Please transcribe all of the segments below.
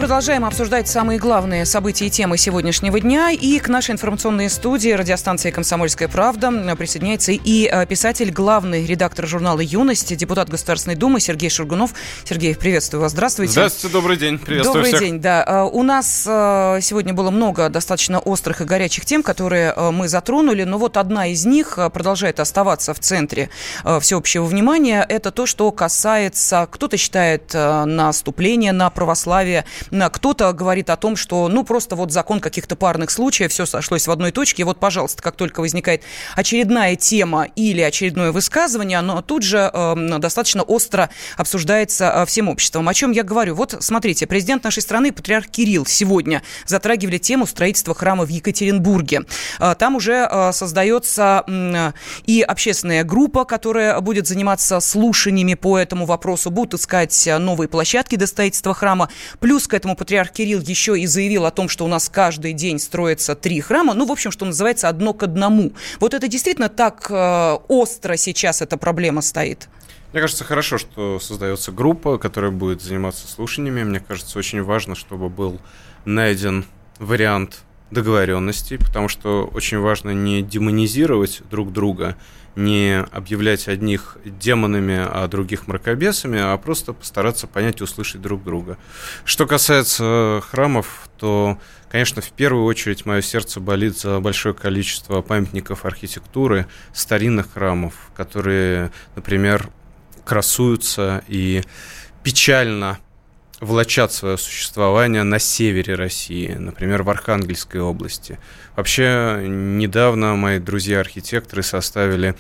продолжаем обсуждать самые главные события и темы сегодняшнего дня. И к нашей информационной студии радиостанции «Комсомольская правда» присоединяется и писатель, главный редактор журнала «Юность», депутат Государственной Думы Сергей Шургунов. Сергей, приветствую вас. Здравствуйте. Здравствуйте, добрый день. Приветствую всех. Добрый день, да. У нас сегодня было много достаточно острых и горячих тем, которые мы затронули. Но вот одна из них продолжает оставаться в центре всеобщего внимания. Это то, что касается, кто-то считает, наступления на православие, кто-то говорит о том, что, просто вот закон каких-то парных случаев, все сошлось в одной точке, и вот, пожалуйста, как только возникает очередная тема или очередное высказывание, оно тут же достаточно остро обсуждается всем обществом. О чем я говорю? Вот, смотрите, президент нашей страны, патриарх Кирилл, сегодня затрагивали тему строительства храма в Екатеринбурге. Там уже создается и общественная группа, которая будет заниматься слушаниями по этому вопросу, будут искать новые площадки для строительства храма. Плюс к этому патриарх Кирилл еще и заявил о том, что у нас каждый день строится 3 храма. В общем, что называется, одно к одному. Вот это действительно так остро сейчас эта проблема стоит? Мне кажется, хорошо, что создается группа, которая будет заниматься слушаниями. Мне кажется, очень важно, чтобы был найден вариант договоренности, потому что очень важно не демонизировать друг друга, не объявлять одних демонами, а других мракобесами, а просто постараться понять и услышать друг друга. Что касается храмов, то, конечно, в первую очередь мое сердце болит за большое количество памятников архитектуры, старинных храмов, которые, например, красуются и печально влачат свое существование на севере России, например, в Архангельской области. Вообще, недавно мои друзья-архитекторы составили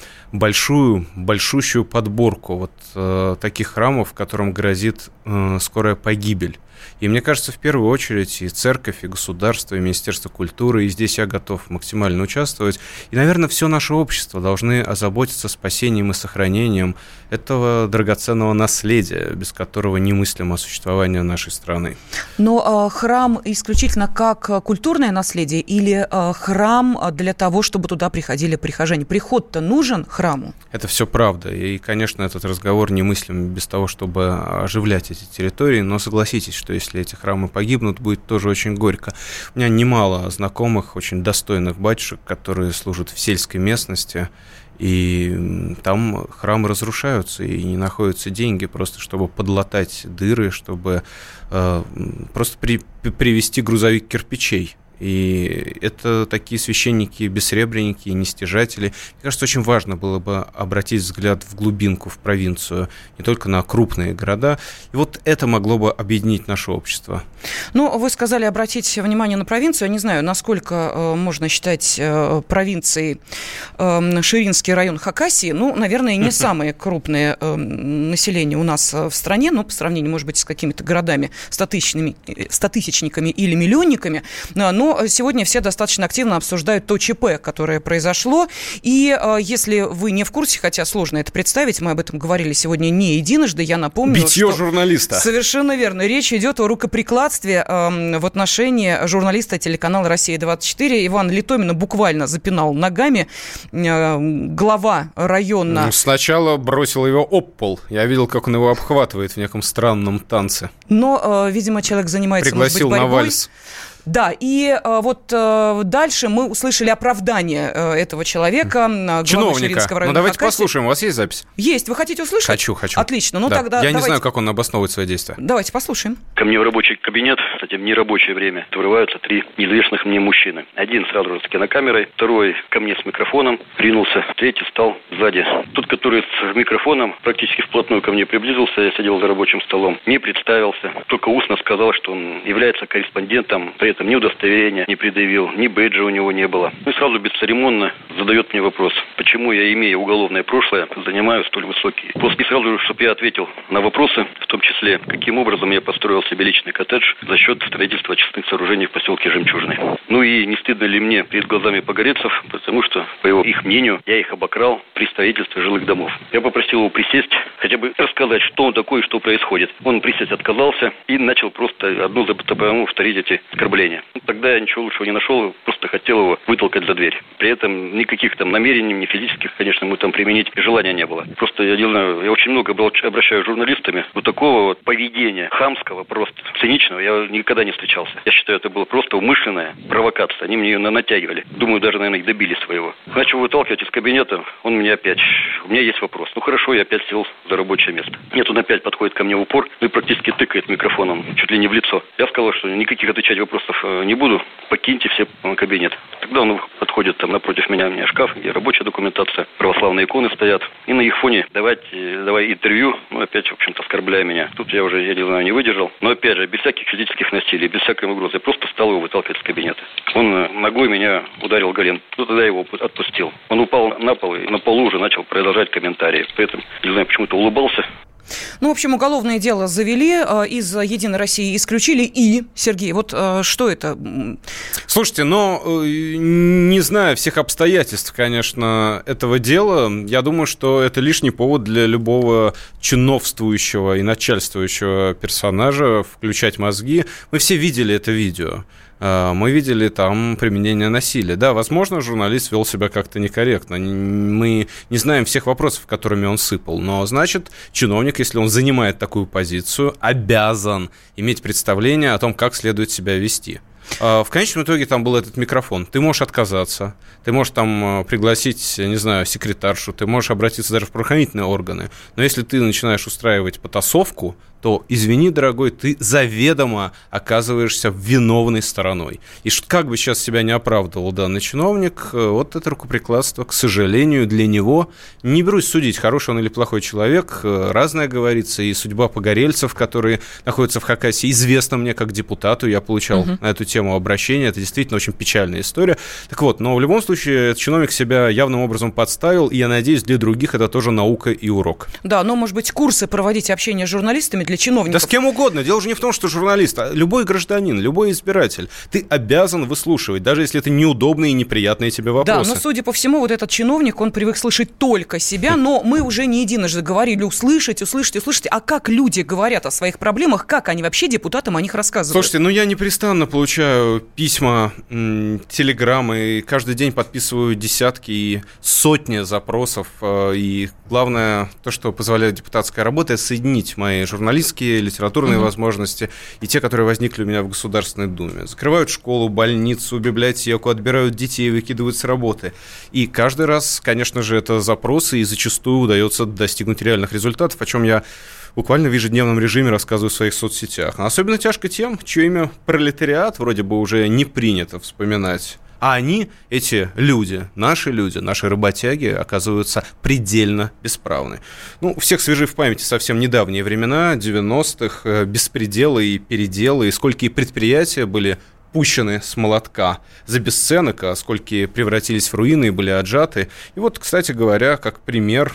большущую подборку таких храмов, которым грозит скорая погибель. И мне кажется, в первую очередь и церковь, и государство, и Министерство культуры, и здесь я готов максимально участвовать. И, наверное, все наше общество должны озаботиться спасением и сохранением этого драгоценного наследия, без которого немыслимо существование нашей страны. Но храм исключительно как культурное наследие или храм для того, чтобы туда приходили прихожане? Приход-то нужен храму? Это все правда. И, конечно, этот разговор немыслим без того, чтобы оживлять эти территории. Но согласитесь, что если эти храмы погибнут, будет тоже очень горько. У меня немало знакомых, очень достойных батюшек, которые служат в сельской местности, и там храмы разрушаются, и не находятся деньги просто, чтобы подлатать дыры, чтобы просто привезти грузовик кирпичей. И это такие священники-бессребреники, нестяжатели. Мне кажется, очень важно было бы обратить взгляд в глубинку, в провинцию, не только на крупные города. И вот это могло бы объединить наше общество. Вы сказали обратить внимание на провинцию. Я не знаю, насколько можно считать провинцией Ширинский район Хакасии. Наверное, не самое крупное население у нас в стране, но по сравнению, может быть, с какими-то городами стотысячниками или миллионниками. Но сегодня все достаточно активно обсуждают то ЧП, которое произошло. И если вы не в курсе, хотя сложно это представить, мы об этом говорили сегодня не единожды, я напомню, битье что... журналиста. Совершенно верно. Речь идет о рукоприкладстве в отношении журналиста телеканала «Россия-24». Иван Литомина буквально запинал ногами глава района. Сначала бросил его об пол. Я видел, как он его обхватывает в неком странном танце. Но, видимо, человек занимается, пригласил может быть, борьбой. На вальс. Да, и дальше мы услышали оправдание этого человека, главы Ширинского района. Давайте послушаем, у вас есть запись? Есть, вы хотите услышать? Хочу. Отлично, да. Тогда я давайте... не знаю, как он обосновывает свои действия. Давайте послушаем. Ко мне в рабочий кабинет, кстати, в нерабочее время, врываются 3 неизвестных мне мужчины. Один сразу же с кинокамерой, второй ко мне с микрофоном ринулся, третий стал сзади. Тот, который с микрофоном практически вплотную ко мне приблизился, я сидел за рабочим столом, не представился, только устно сказал, что он является корреспондентом, при этом ни удостоверения не предъявил, ни бейджа у него не было. И сразу бесцеремонно задает мне вопрос, почему я, имея уголовное прошлое, занимаю столь высокий пост. И сразу же, чтобы я ответил на вопросы, в том числе, каким образом я построил себе личный коттедж за счет строительства очистных сооружений в поселке Жемчужный. И не стыдно ли мне перед глазами погорельцев, потому что, по их мнению, я их обокрал при строительстве жилых домов. Я попросил его присесть, хотя бы рассказать, что он такой и что происходит. Он присесть отказался и начал просто одно за другим повторить эти оскорбления. заявление. Тогда я ничего лучшего не нашел, просто хотел его вытолкать за дверь. При этом никаких там намерений, ни физических, конечно, ему там применить желания не было. Просто, я не знаю, я очень много обращаюсь с журналистами. Вот такого вот поведения хамского, просто циничного я никогда не встречался. Я считаю, это была просто умышленная провокация. Они мне ее натягивали. Думаю, даже, наверное, их добили своего. Начал выталкивать из кабинета, он мне опять... У меня есть вопрос. Ну хорошо, я опять сел за рабочее место. Нет, он опять подходит ко мне в упор и практически тыкает микрофоном чуть ли не в лицо. Я сказал, что никаких отвечать вопросов не буду. Покиньте все кабинет. Тогда он подходит там напротив меня, у меня шкаф, где рабочая документация, православные иконы стоят. И на их фоне давай интервью, опять, в общем-то, оскорбляя меня. Тут я уже, я не знаю, не выдержал. Но опять же, без всяких физических насилий, без всякой угрозы. Я просто стал его выталкивать из кабинета. Он ногой меня ударил голен. Ну, тогда я его отпустил. Он упал на пол и на полу уже начал продолжать комментарии. Поэтому, не знаю, почему-то улыбался. Ну, в общем, уголовное дело завели, из «Единой России» исключили. И, Сергей, вот что это? Слушайте, не зная всех обстоятельств, конечно, этого дела, я думаю, что это лишний повод для любого чиновствующего и начальствующего персонажа включать мозги. Мы все видели это видео. Мы видели там применение насилия. Да, возможно, журналист вел себя как-то некорректно. Мы не знаем всех вопросов, которыми он сыпал. Но, значит, чиновник, если он занимает такую позицию, обязан иметь представление о том, как следует себя вести. В конечном итоге там был этот микрофон. Ты можешь отказаться, ты можешь там пригласить, не знаю, секретаршу, ты можешь обратиться даже в правоохранительные органы. Но если ты начинаешь устраивать потасовку, то, извини, дорогой, ты заведомо оказываешься виновной стороной. И как бы сейчас себя не оправдывал данный чиновник, вот это рукоприкладство, к сожалению, для него, не берусь судить, хороший он или плохой человек, разное говорится, и судьба погорельцев, которые находятся в Хакасии, известна мне как депутату, я получал на эту тему обращение, это действительно очень печальная история. Так вот, но в любом случае, этот чиновник себя явным образом подставил, и я надеюсь, для других это тоже наука и урок. Да, но, может быть, курсы проводить общение с журналистами для чиновников. Да с кем угодно. Дело же не в том, что журналист, а любой гражданин, любой избиратель. Ты обязан выслушивать, даже если это неудобные и неприятные тебе вопросы. Да, но, судя по всему, вот этот чиновник, он привык слышать только себя, но мы уже не единожды говорили услышать. А как люди говорят о своих проблемах, как они вообще депутатам о них рассказывают? Слушайте, я непрестанно получаю письма, телеграммы, и каждый день подписываю десятки и сотни запросов. И главное, то, что позволяет депутатская работа, это соединить мои журналистские, литературные возможности и те, которые возникли у меня в Государственной Думе. Закрывают школу, больницу, библиотеку, отбирают детей, выкидывают с работы. И каждый раз, конечно же, это запросы, и зачастую удается достигнуть реальных результатов, о чем я буквально в ежедневном режиме рассказываю в своих соцсетях. Но особенно тяжко тем, чье имя пролетариат вроде бы уже не принято вспоминать. А они, эти люди, наши работяги, оказываются предельно бесправны. У всех свежи в памяти совсем недавние времена, 90-х, беспределы и переделы, и сколько предприятия были пущены с молотка за бесценок, а сколько превратились в руины и были отжаты. И вот, кстати говоря, как пример,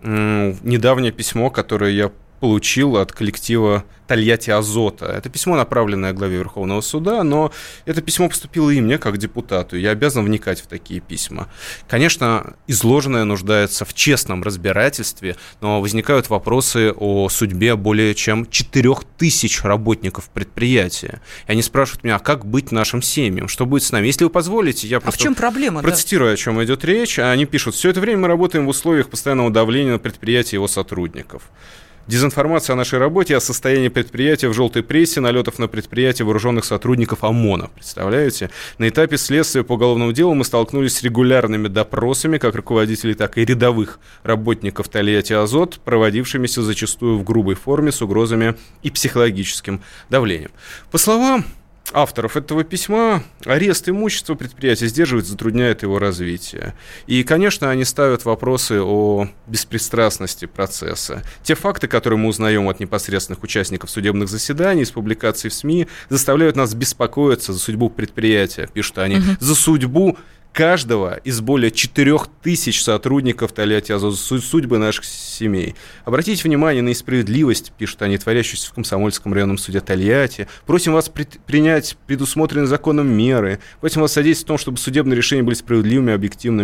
недавнее письмо, которое я получил от коллектива Тольятти Азота. Это письмо, направленное главе Верховного суда, но это письмо поступило и мне, как депутату. Я обязан вникать в такие письма. Конечно, изложенное нуждается в честном разбирательстве, но возникают вопросы о судьбе более чем 4000 работников предприятия. И они спрашивают меня, а как быть нашим семьям? Что будет с нами? Если вы позволите, я просто в чем проблема, процитирую, о чем идет речь. Они пишут, все это время мы работаем в условиях постоянного давления на предприятие и его сотрудников. Дезинформация о нашей работе, о состоянии предприятия в желтой прессе, налетов на предприятие вооруженных сотрудников ОМОНа. Представляете? На этапе следствия по уголовному делу мы столкнулись с регулярными допросами, как руководителей, так и рядовых работников Тольятти Азот, проводившимися зачастую в грубой форме с угрозами и психологическим давлением. По словам авторов этого письма, арест имущества предприятия сдерживает, затрудняет его развитие. И, конечно, они ставят вопросы о беспристрастности процесса. Те факты, которые мы узнаем от непосредственных участников судебных заседаний, из публикаций в СМИ, заставляют нас беспокоиться за судьбу предприятия, пишут они, за судьбу каждого из более 4000 сотрудников Тольятти Азот, судьбы наших семей. Обратите внимание на несправедливость, пишут они, творящуюся в Комсомольском районном суде Тольятти. Просим вас принять предусмотренные законом меры. Просим вас содействовать в том, чтобы судебные решения были справедливыми, объективными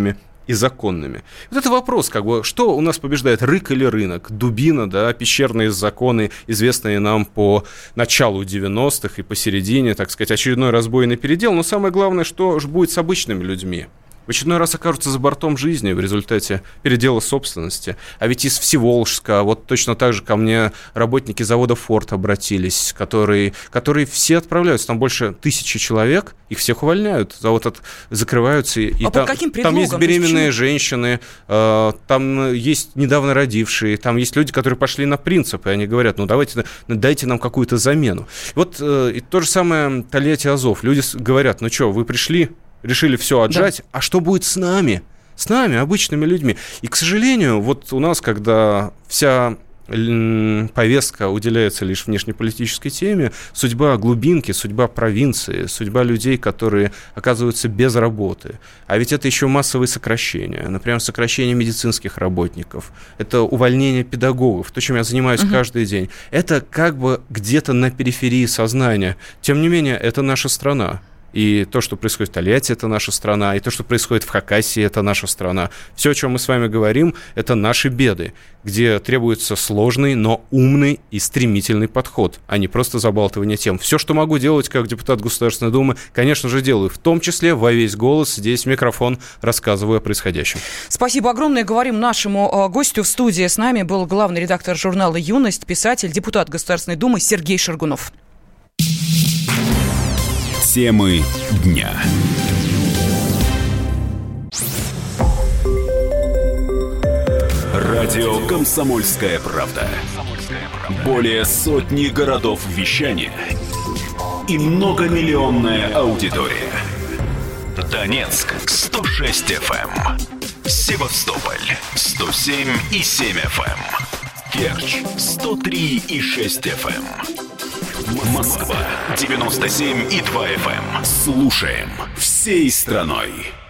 и законными. Вот это вопрос, как бы, что у нас побеждает, рык или рынок, дубина, да, пещерные законы, известные нам по началу 90-х и посередине, так сказать, очередной разбойный передел, но самое главное, что же будет с обычными людьми. В очередной раз окажутся за бортом жизни в результате передела собственности. А ведь из Всеволожска, вот точно так же ко мне работники завода «Форд» обратились, которые все отправляются, там больше 1000 человек, их всех увольняют, завод закрываются. И под каким предлогом? Там есть беременные женщины, там есть недавно родившие, там есть люди, которые пошли на принципы, они говорят, дайте нам какую-то замену. Вот и то же самое Тольятти Азов. Люди говорят, вы пришли, решили все отжать, да. А что будет с нами? С нами, обычными людьми. И, к сожалению, вот у нас, когда вся повестка уделяется лишь внешнеполитической теме, судьба глубинки, судьба провинции, судьба людей, которые оказываются без работы. А ведь это еще массовые сокращения. Например, сокращение медицинских работников. Это увольнение педагогов, то, чем я занимаюсь каждый день. Это как бы где-то на периферии сознания. Тем не менее, это наша страна. И то, что происходит в Тольятти, это наша страна, и то, что происходит в Хакасии, это наша страна. Все, о чем мы с вами говорим, это наши беды, где требуется сложный, но умный и стремительный подход, а не просто забалтывание тем. Все, что могу делать как депутат Государственной Думы, конечно же, делаю, в том числе во весь голос, здесь в микрофон, рассказываю о происходящем. Спасибо огромное. Говорим нашему гостю в студии. С нами был главный редактор журнала «Юность», писатель, депутат Государственной Думы Сергей Шаргунов. Темы дня. Радио «Комсомольская правда». Более сотни городов вещания и многомиллионная аудитория. Донецк 106 FM, Севастополь 107,7 FM, Керчь 103,6 FM. Москва 97,2 FM. Слушаем всей страной.